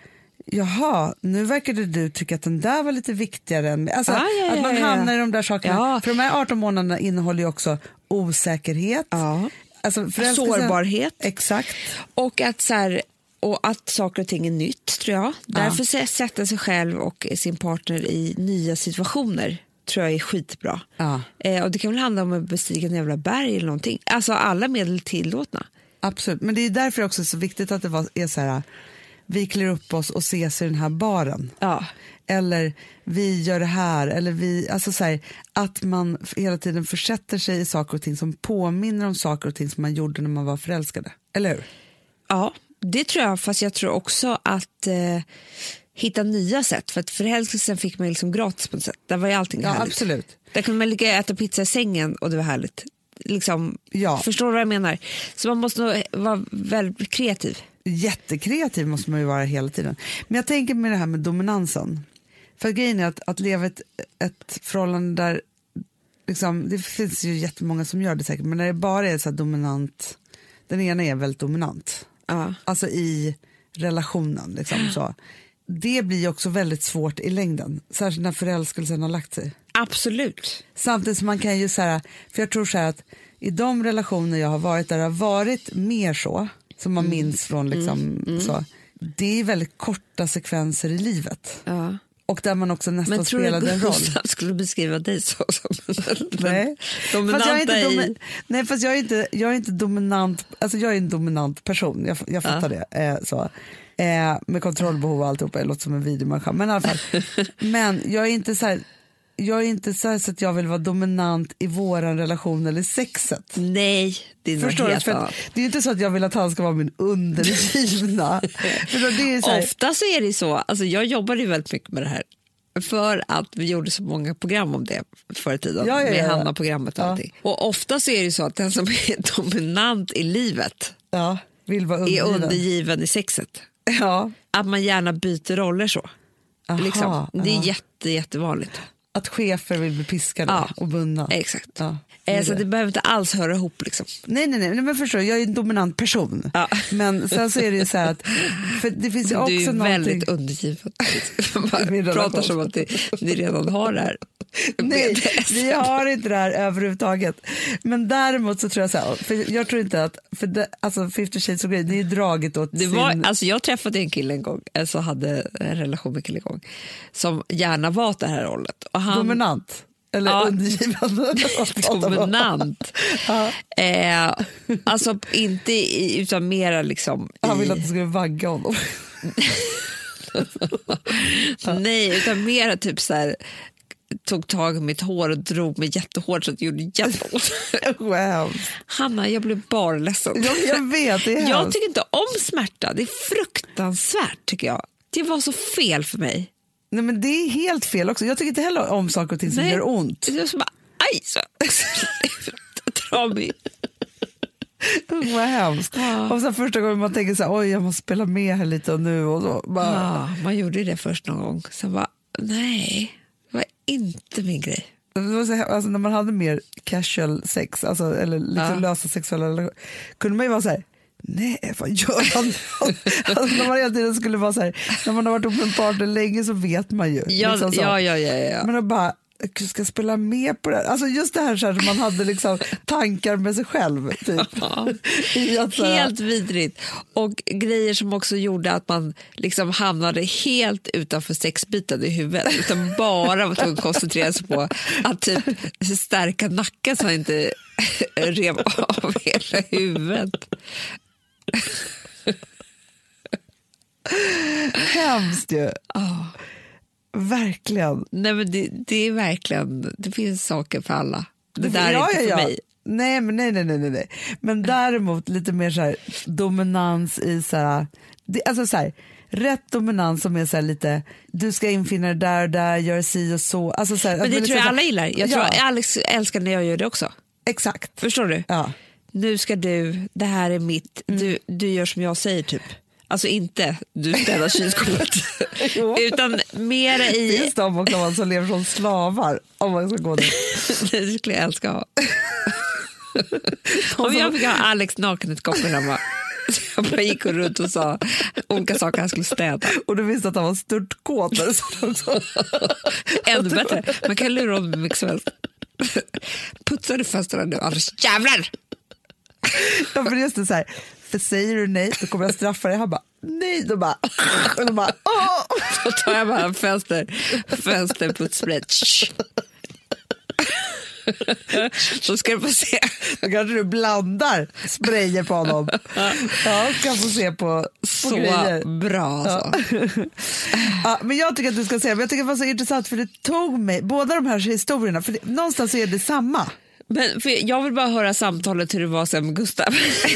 jaha, nu verkade du tycka att den där var lite viktigare än mig. Alltså, Ja, ja, ja, att man ja, ja. hamnar i de där sakerna. Ja. För de här arton månaderna innehåller ju också osäkerhet. Ja. Alltså, förälskelsen- Sårbarhet. Exakt. Och att, så här, och att saker och ting är nytt, tror jag. Därför ja. sätta sig själv och sin partner i nya situationer tror jag är skitbra. Ja. Eh, och det kan väl handla om att bestiga en jävla berg eller någonting. Alltså alla medel tillåtna. Absolut, men det är därför också så viktigt att det var, är så här, vi klär upp oss och ses i den här baren. Ja. Eller vi gör det här, eller vi, alltså så här, att man hela tiden försätter sig i saker och ting som påminner om saker och ting som man gjorde när man var förälskade. Eller hur? Ja, det tror jag, fast jag tror också att eh, hitta nya sätt. För att förälskelsen fick man liksom gratis på något sätt. Där var ju allting Ja, härligt. absolut. Där kunde man ligga och äta pizza i sängen och det var härligt. Liksom, Ja. Förstår du vad jag menar? Så man måste nog vara väldigt kreativ. Jättekreativ måste man ju vara hela tiden. Men jag tänker med det här med dominansen. För grejen är att, att leva ett, ett förhållande där, liksom, det finns ju jättemånga som gör det säkert, men när det bara är så här dominant, den ena är väldigt dominant. Ja. Alltså i relationen liksom, så. Det blir ju också väldigt svårt i längden, särskilt när förälskelsen har lagt sig. Absolut. Samtidigt som man kan ju så här, för jag tror så här att i de relationer jag har varit där det har varit mer så, som man minns från liksom, Mm. Mm. så, det är väldigt korta sekvenser i livet. Ja. Och där man också nästan Men tror spelade du en roll. Gustav skulle beskriva dig så? Som Nej. dominanta Fast jag är inte i... domi- Nej, fast jag är inte, jag är inte dominant, alltså jag är en dominant person, jag, jag fattar Ja. det. Eh, så. Eh, med kontrollbehov och alltihopa, jag låter som en videomänniska. Men i alla fall, men jag är inte så här, jag är inte så, här så att jag vill vara dominant i våran relation eller sexet. Nej, det är något Förstår du? helt För annat. att, det är ju inte så att jag vill att han ska vara min undergivna. För då, det är så här, Ofta så är det så, alltså jag jobbade ju väldigt mycket med det här för att vi gjorde så många program om det förr i tiden, Ja, ja, ja, med ja. Hanna-programmet och Ja. allting. Och ofta så är det så att den som är dominant i livet ja, vill vara är undergiven. undergiven i sexet. Ja. Att man gärna byter roller så. Aha, Liksom. Det är aha. jätte, jättevanligt. Att chefer vill bli piskade Ja. och bundna. Exakt. Ja, det är Eh, så det. det behöver inte alls höra ihop liksom. Nej, nej, nej, nej, men förstår du, jag är en dominant person. Ja. Men sen så är det ju så här att, för det finns ju också Du är ju någonting... väldigt undergiven. I min Pratar relation. som att det, ni redan har det här. Nej, B D S. vi har inte det här överhuvudtaget. Men däremot så tror jag så här, för jag tror inte att, för det, alltså Fifty Shades of Grey, det är ju draget åt Det sin... var, alltså jag träffade en kille en gång, alltså hade en relation med en kille en gång, som gärna var åt det här rollet. Och han, Dominant? Eller Ja. undergivande? dominant. Ja. Eh, alltså inte i, utan mera liksom Han i, ville att du skulle vagga honom. nej, utan mera typ så här, tog tag i mitt hår och drog mig jättehårt så att det gjorde jätteont. Wow. Hanna, jag blev bara ledsen. Ja, jag vet, det är Jag hemskt. tycker inte om smärta. Det är fruktansvärt, tycker jag. Det var så fel för mig. Nej, men det är helt fel också. Jag tycker inte heller om saker och ting som Nej. gör ont. Det är som bara, aj så. Dra mig. Vad hemskt. Ja. Och så första gången man tänker så här, oj jag måste spela med här lite och nu och så. Bara... Ja, man gjorde det först någon gång. Så bara, nej, det var inte min grej. Det var så här, alltså, när man hade mer casual sex, alltså, eller lite ja. lösa sexuella relationer, kunde man ju vara så här, nej vad gör han? Alltså, när man hela tiden skulle vara så här, när man har varit upp med en partner länge så vet man ju. Ja, liksom så. ja, ja, ja, ja. Men då bara, jag ska spela med på det här. Alltså just det här så här, man hade liksom tankar med sig själv. Typ. Ja. Helt vidrigt. Och grejer som också gjorde att man liksom hamnade helt utanför sexbiten i huvudet. Utan bara var tvungen att koncentrera sig på att typ stärka nacken så han inte rev av hela huvudet. Hemskt ju. Oh. Verkligen. Nej, men det, det är verkligen, det finns saker för alla. Det där ja, är inte ja, för ja. mig. Nej, men nej, nej, nej, nej. Men däremot lite mer så här dominans i så här, det, alltså så här, rätt dominans som är så här lite, du ska infinna dig där och där, göra si och så. Alltså så här, men det tror liksom jag alla gillar. Jag tror ja. Alex älskar när jag gör det också. Exakt. Förstår du? Ja. Nu ska du, det här är mitt, mm. du, du gör som jag säger typ. Alltså inte du städar kylskåpet utan mera i... Finns de och man som lever som slavar om man ska gå där. Det skulle jag älska ha. Om jag fick ha Alex nakenhetskoppen hemma. Jag bara gick runt och sa olika saker han skulle städa. Och du visste att han var störtkåt. Ännu bättre. Man kan lura om mycket som helst. Putsar du fönstren nu, annars jävlar! Ja, för just det så här. För säger du nej, då kommer jag straffa dig. Han bara, nej, då bara, och då bara, åh! Då tar jag bara en fönster, fönsterputsspray. Så ska du få se. Då kanske du blandar sprayer på honom. Ja, kan få se på, på så grejer. Bra alltså. Ja. Ja, men jag tycker att du ska säga, men jag tycker det var så intressant för det tog mig, båda de här historierna, för det, någonstans är det samma. Men för jag vill bara höra samtalet hur det var sen med Gustav.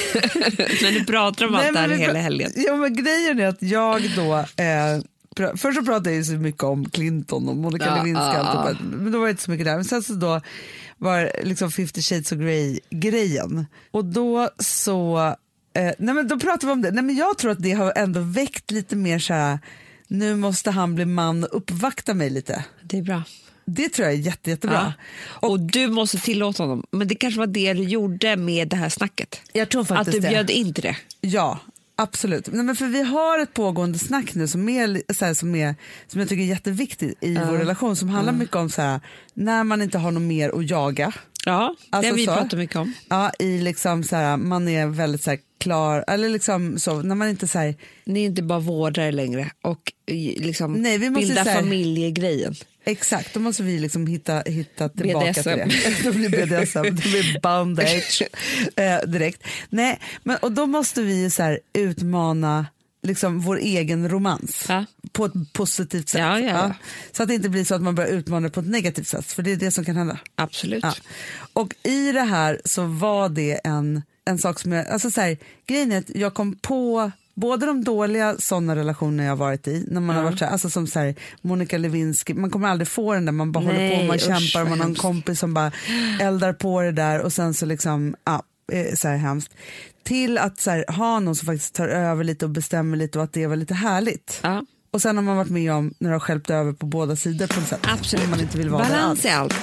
När du pratar om Nej, allt det här vi, hela helgen. Ja, men grejen är att jag då eh, pr- först så pratade jag ju så mycket om Clinton och Monica ja, Lewinsky ja, ja. Men då var det inte så mycket där. Men sen så då var liksom fifty shades of Grey grejen. Och då så eh, nej men då pratade vi om det. Nej men jag tror att det har ändå väckt lite mer så här, nu måste han bli man och uppvakta mig lite. Det är bra. Det tror jag är jätte, jättebra. Ja. Och, och du måste tillåta honom. Men det kanske var det du gjorde med det här snacket. Jag tror faktiskt att du det. bjöd in till det. Ja, absolut. Nej, men för vi har ett pågående snack nu som, är, så här, som, är, som jag tycker är jätteviktigt i uh. vår relation. Som handlar uh. mycket om så här, när man inte har något mer att jaga. Ja, det alltså har vi så, pratat mycket om. Ja, i liksom så här, man är väldigt så här, klar, eller liksom så, när man inte så här... Ni är inte bara vårdare längre och liksom nej, vi måste bilda så här, familjegrejen. Exakt, då måste vi liksom hitta, hitta tillbaka B D S M. till det. Det blir B D S M, det blir bondage eh, direkt. Nej, men, och då måste vi så här utmana liksom vår egen romans ja. På ett positivt sätt. Ja, ja, ja. Ja. Så att det inte blir så att man börjar utmana på ett negativt sätt, för det är det som kan hända. Absolut. Ja. Och i det här så var det en, en sak som jag, alltså så här, grejen är att jag kom på både de dåliga sådana relationer jag har varit i, när man ja. har varit så här, alltså som så här, Monica Lewinsky, man kommer aldrig få den där, man bara Nej, håller på, man usch, kämpar, man har en kompis som bara eldar på det där och sen så liksom, ja, så här hemskt. Till att så här, ha någon som faktiskt tar över lite och bestämmer lite och att det var lite härligt. Ja. Och sen har man varit med om när det har skälpt över på båda sidor på något sätt. Absolut. Man inte vill vara balans i allt.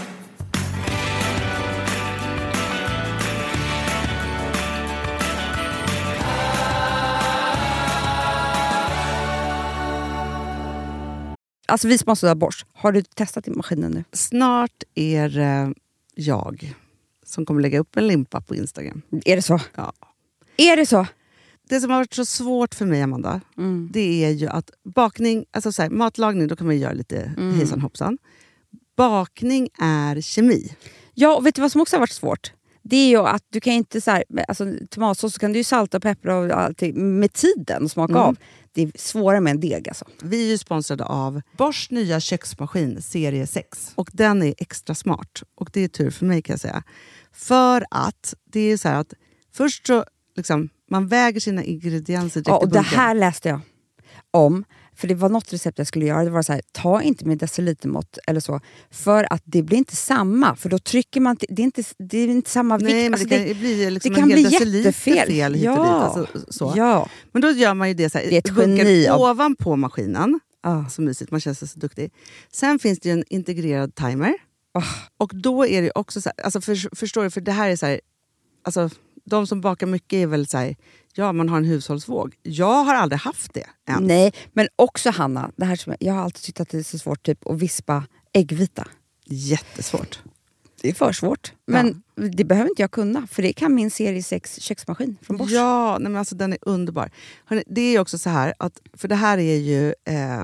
Alltså vi som har sådär borst, har du testat i maskinen nu? Snart är eh, jag som kommer lägga upp en limpa på Instagram. Är det så? Ja. Är det så? Det som har varit så svårt för mig, Amanda, mm. det är ju att bakning, alltså så här, matlagning, då kan man göra lite mm. hejsan hoppsan. Bakning är kemi. Ja, och vet du vad som också har varit svårt? Det är ju att du kan inte så här, alltså tomatsås så kan du ju salta och peppra och allting med tiden och smaka mm. av. Det är svårare med en deg alltså. Vi är ju sponsrade av Bosch nya köksmaskin serie sex. Och den är extra smart. Och det är tur för mig kan jag säga. För att det är så här att först så liksom, man väger sina ingredienser direkt ja, och i bunken. Det här läste jag om. för det var något recept jag skulle göra. Det var så här, ta inte med decilitermått eller så. För att det blir inte samma. För då trycker man, det är inte, det är inte samma vikt. Nej, men alltså det kan det, bli liksom det kan en hel bli deciliter jättefel. fel hit Ja. och dit. Alltså, så. Ja. Men då gör man ju det så här, Det är ett geni av- ovanpå maskinen. Ah. Så mysigt, man känns så duktig. Sen finns det ju en integrerad timer. Ah. Och då är det också så här, alltså för, förstår du, för det här är så här, alltså de som bakar mycket är väl så här, ja man har en hushållsvåg. Jag har aldrig haft det än. Nej, men också Hanna, det här som jag, jag har alltid tyckt att det är så svårt typ, att vispa äggvita. Jättesvårt. Det är för svårt. Men det behöver inte jag kunna, för det kan min serie sex köksmaskin från Bosch. Ja, nej men alltså den är underbar. Hörrni, det är ju också så här, att, för det här är ju eh,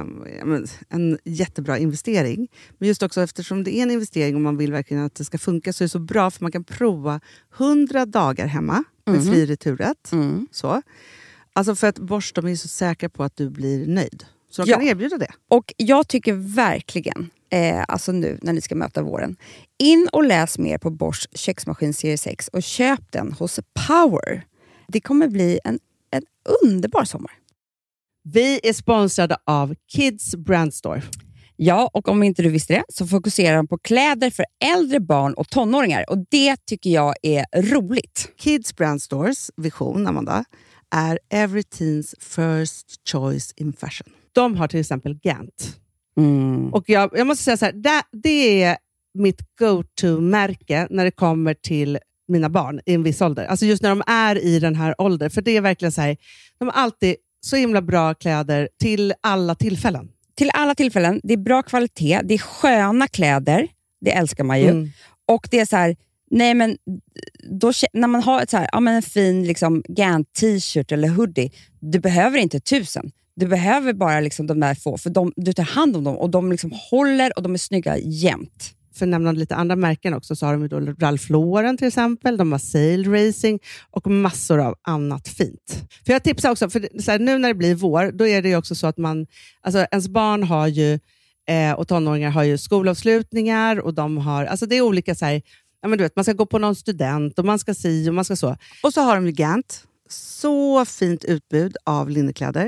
en jättebra investering. Men just också eftersom det är en investering och man vill verkligen att det ska funka, så är det så bra för man kan prova hundra dagar hemma med Mm. fri returrätt. Mm. Så. Alltså för att Bosch, de är så säkra på att du blir nöjd. Så de Ja. kan erbjuda det. Och jag tycker verkligen, eh, alltså nu när ni ska möta våren, in och läs mer på Bosch köksmaskin serie sex och köp den hos Power. Det kommer bli en, en underbar sommar. Vi är sponsrade av Kids Brand Store. Ja, och om inte du visste det så fokuserar de på kläder för äldre barn och tonåringar. Och det tycker jag är roligt. Kids Brand Stores vision, Amanda, är every teens first choice in fashion. De har till exempel Gant. Mm. Och jag, jag måste säga så här, det, det är mitt go-to-märke när det kommer till mina barn i en viss ålder. Alltså just när de är i den här åldern. För det är verkligen så här, de har alltid så himla bra kläder till alla tillfällen. Till alla tillfällen, det är bra kvalitet, det är sköna kläder, det älskar man ju. Mm. Och det är så här, nej men då, när man har ett så här, ja, men en fin liksom, Gant t-shirt eller hoodie, du behöver inte tusen. Du behöver bara liksom de där få, för de, du tar hand om dem och de liksom håller och de är snygga jämt. För att nämna lite andra märken också, så har de ju då Ralph Lauren till exempel, de har Sail Racing och massor av annat fint. För jag tipsar också, för så här, nu när det blir vår, då är det ju också så att man, alltså ens barn har ju, eh, och tonåringar har ju skolavslutningar och de har, alltså det är olika så här, ja men du vet, man ska gå på någon student och man ska si och man ska så. Och så har de ju Gant, så fint utbud av linnekläder.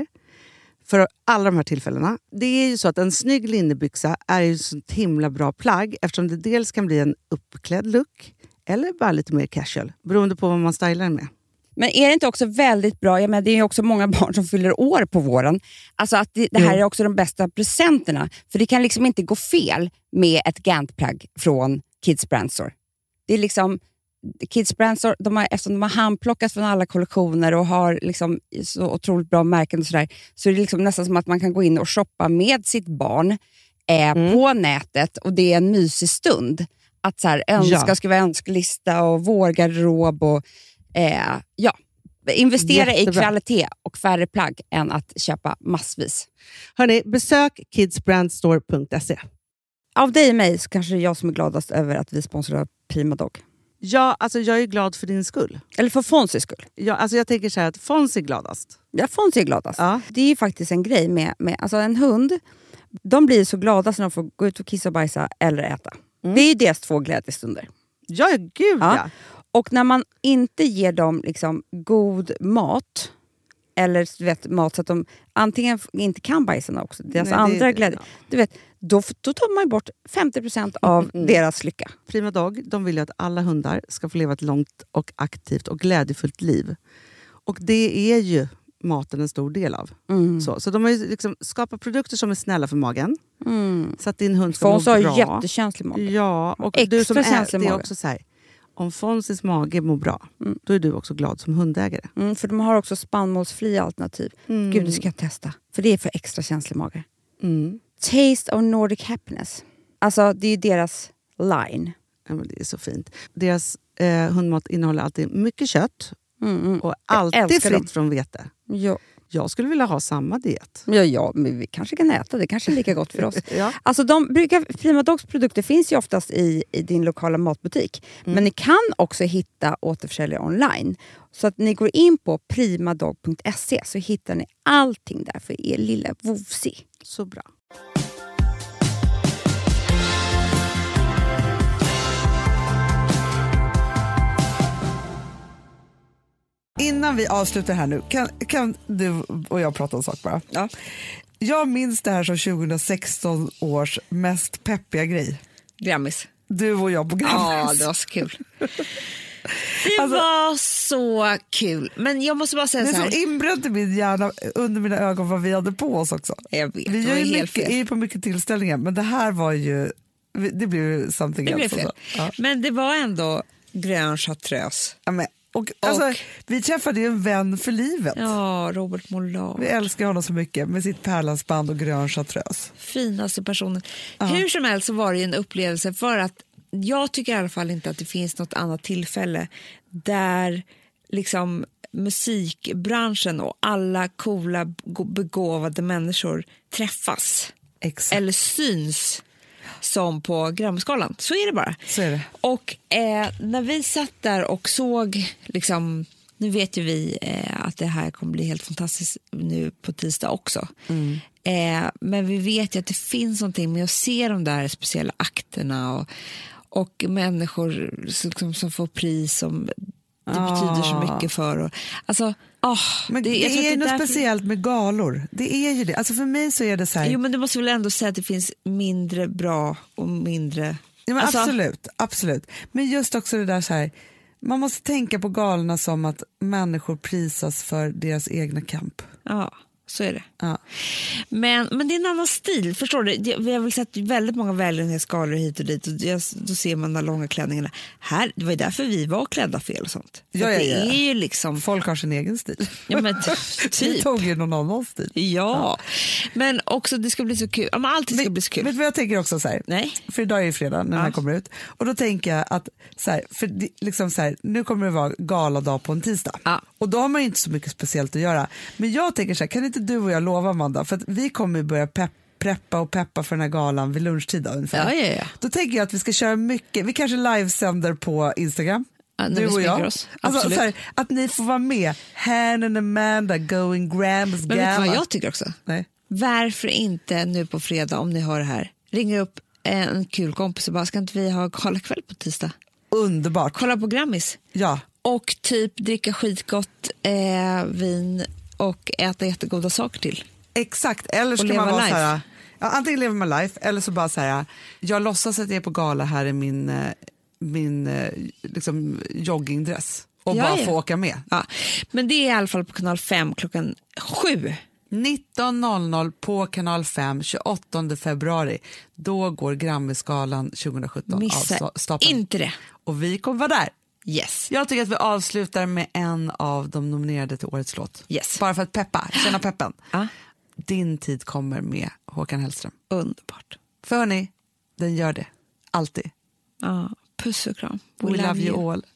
För alla de här tillfällena. Det är ju så att en snygg linnebyxa är ju så himla bra plagg, eftersom det dels kan bli en uppklädd look eller bara lite mer casual, beroende på vad man stylar den med. Men är det inte också väldigt bra, jag menar, det är ju också många barn som fyller år på våren, alltså att det, det här Jo. är också de bästa presenterna, för det kan liksom inte gå fel med ett Gant-plagg från Kids Brand Store. Det är liksom Kids Brand Store, de har, eftersom de har handplockat från alla kollektioner och har liksom så otroligt bra märken och sådär, så är det liksom nästan som att man kan gå in och shoppa med sitt barn eh, Mm. på nätet, och det är en mysig stund att så här, önska, Ja. skriva önskelista och vårgarderob och eh, ja, investera Jättebra. i kvalitet och färre plagg än att köpa massvis. Hörrni, besök kids brand store punkt se. Av dig och mig så kanske det är jag som är gladast över att vi sponsrar Prima Dog. Ja, alltså jag är glad för din skull. Eller för Fonzys skull. Ja, alltså jag tänker så här att Fons är gladast. Ja, Fonzie är gladast. Ja. Det är ju faktiskt en grej med, med alltså en hund. De blir så glada när de får gå ut och kissa och bajsa eller äta. Mm. Det är ju deras två glädjestunder. Ja, gud ja. Ja. Och när man inte ger dem liksom god mat, eller du vet, mat så att de antingen inte kan bajsa också, deras Nej, det- andra det- glädje, ja. du vet, då, då tar man ju bort femtio procent av Mm. deras lycka. Prima Dog, de vill ju att alla hundar ska få leva ett långt och aktivt och glädjefullt liv. Och det är ju maten en stor del av. Mm. Så, så de har ju liksom skapat produkter som är snälla för magen. Mm. Så att din hund ska må Fons har bra. ju jättekänslig mage. Ja, och Extra du som är, känslig det är mage. också så här, om Fonzys mage mår bra, Mm. då är du också glad som hundägare. Mm, för de har också spannmålsfria alternativ. Mm. Gud, det ska jag testa. För det är för extra känslig mage. Mm. Taste of Nordic Happiness. Alltså, det är ju deras line. Ja, men det är så fint. Deras eh, hundmat innehåller alltid mycket kött Mm, mm. och Jag alltid älskar fritt dem. från vete. Ja. Jag skulle vilja ha samma diet. Ja, ja, men vi kanske kan äta. Det kanske är lika gott för oss. Ja. Alltså, de brukar, Prima Dogs produkter finns ju oftast i, i din lokala matbutik. Mm. Men ni kan också hitta återförsäljare online. Så att ni går in på primadog punkt se så hittar ni allting där för er lilla vovsi. Så bra. Innan vi avslutar här nu, kan, kan du och jag prata om sak bara? Ja. Jag minns det här som tjugohundrasexton års mest peppiga grej. Grammis. Du och jag på Grammis. Ja, det var så kul. Det Alltså, var så kul. Men jag måste bara säga det är så här. så inbränt i min hjärna under mina ögon vad vi hade på oss också. Jag vet, vi det gör var ju helt mycket, fel. är ju på mycket tillställningar, men det här var ju, det blev ju something Det blev else. fel. Alltså. Ja. Men det var ändå grön chartreuse. Ja, men, och, alltså, Och- vi träffade ju en vän för livet. Ja, Robert Mollard. Vi älskar honom så mycket med sitt pärlansband och grön chartreuse. Finaste personen. Hur som helst så var det ju en upplevelse, för att jag tycker i alla fall inte att det finns något annat tillfälle där liksom musikbranschen och alla coola begåvade människor träffas. Exakt. Eller syns som på Grammisgalan. Så är det bara. Så är det. Och eh, när vi satt där och såg, liksom, nu vet ju vi eh, att det här kommer bli helt fantastiskt nu på tisdag också. Mm. Eh, men vi vet ju att det finns någonting med att se de där speciella akterna och, och människor som, som får pris som det Ah. betyder så mycket för. Och, alltså, oh, Men det, jag tror är att något därför- speciellt med galor. Det är ju det. Alltså för mig så är det så här. Jo, men du måste väl ändå säga att det finns mindre bra och mindre... Ja, men alltså, absolut, absolut. Men just också det där så här, man måste tänka på galorna som att människor prisas för deras egna kamp. Ja, så är det. Ja. Men, men det är en annan stil, förstår du? Det- Vi har väl sett väldigt många välgörenhetsskalor hit och dit och det, då ser man de långa klänningarna. Här, det var ju därför vi var klädda fel och sånt. För Ja, att ja, det ja. är ju liksom... Folk har sin egen stil. Ja, men Vi typ. tog ju någon annans stil. Ja, men också det ska bli så kul. Ja, men alltid ska Men, bli så kul. vet du vad jag tänker också så här? Nej. För idag är ju fredag när den här kommer ut. Och då tänker jag att så här, för det, liksom så här, nu kommer det vara galadag på en tisdag. Ja. Och då har man ju inte så mycket speciellt att göra. Men jag tänker så här, kan inte du och jag lova, Amanda? För att vi kommer ju börja pepp, preppa och peppa för den här galan vid lunchtid då, ungefär. Ja, ja, ja. Då tänker jag att vi ska köra mycket, vi kanske livesänder på Instagram. Ja, när du vi och sminkar jag. oss. Alltså, Absolut. så här, att ni får vara med. Han and Amanda going Grams Men vet du gala. vad jag tycker också? Nej. Varför inte nu på fredag, om ni hör det här, ringer upp en kul kompis och bara, ska inte vi ha galakväll på tisdag? Underbart. Kolla på Grammis. Ja. Och typ dricka skitgott eh, vin och äta jättegoda saker till. Exakt, eller ska Och leva man vara life. så här, ja, antingen lever man life eller så bara så här, jag låtsas att jag är på gala här i min, eh, min eh, liksom, joggingdress och Ja, bara ja. få åka med. Ja. Men det är i alla fall på kanal fem klockan sju. nitton noll noll på kanal fem tjugoåttonde februari. Då går Grammisgalan tjugohundrasjutton Missa av stapeln. inte det. Och vi kommer vara där. Yes. Jag tycker att vi avslutar med en av de nominerade till årets låt. Yes. Bara för att peppa, känna peppen. Ja. Din tid kommer med Håkan Hellström. Underbart. För hörni, den gör det. Alltid. Ja. Puss och kram. We, love, you all.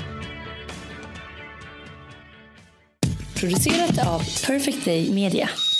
Producerat av Perfect Day Media.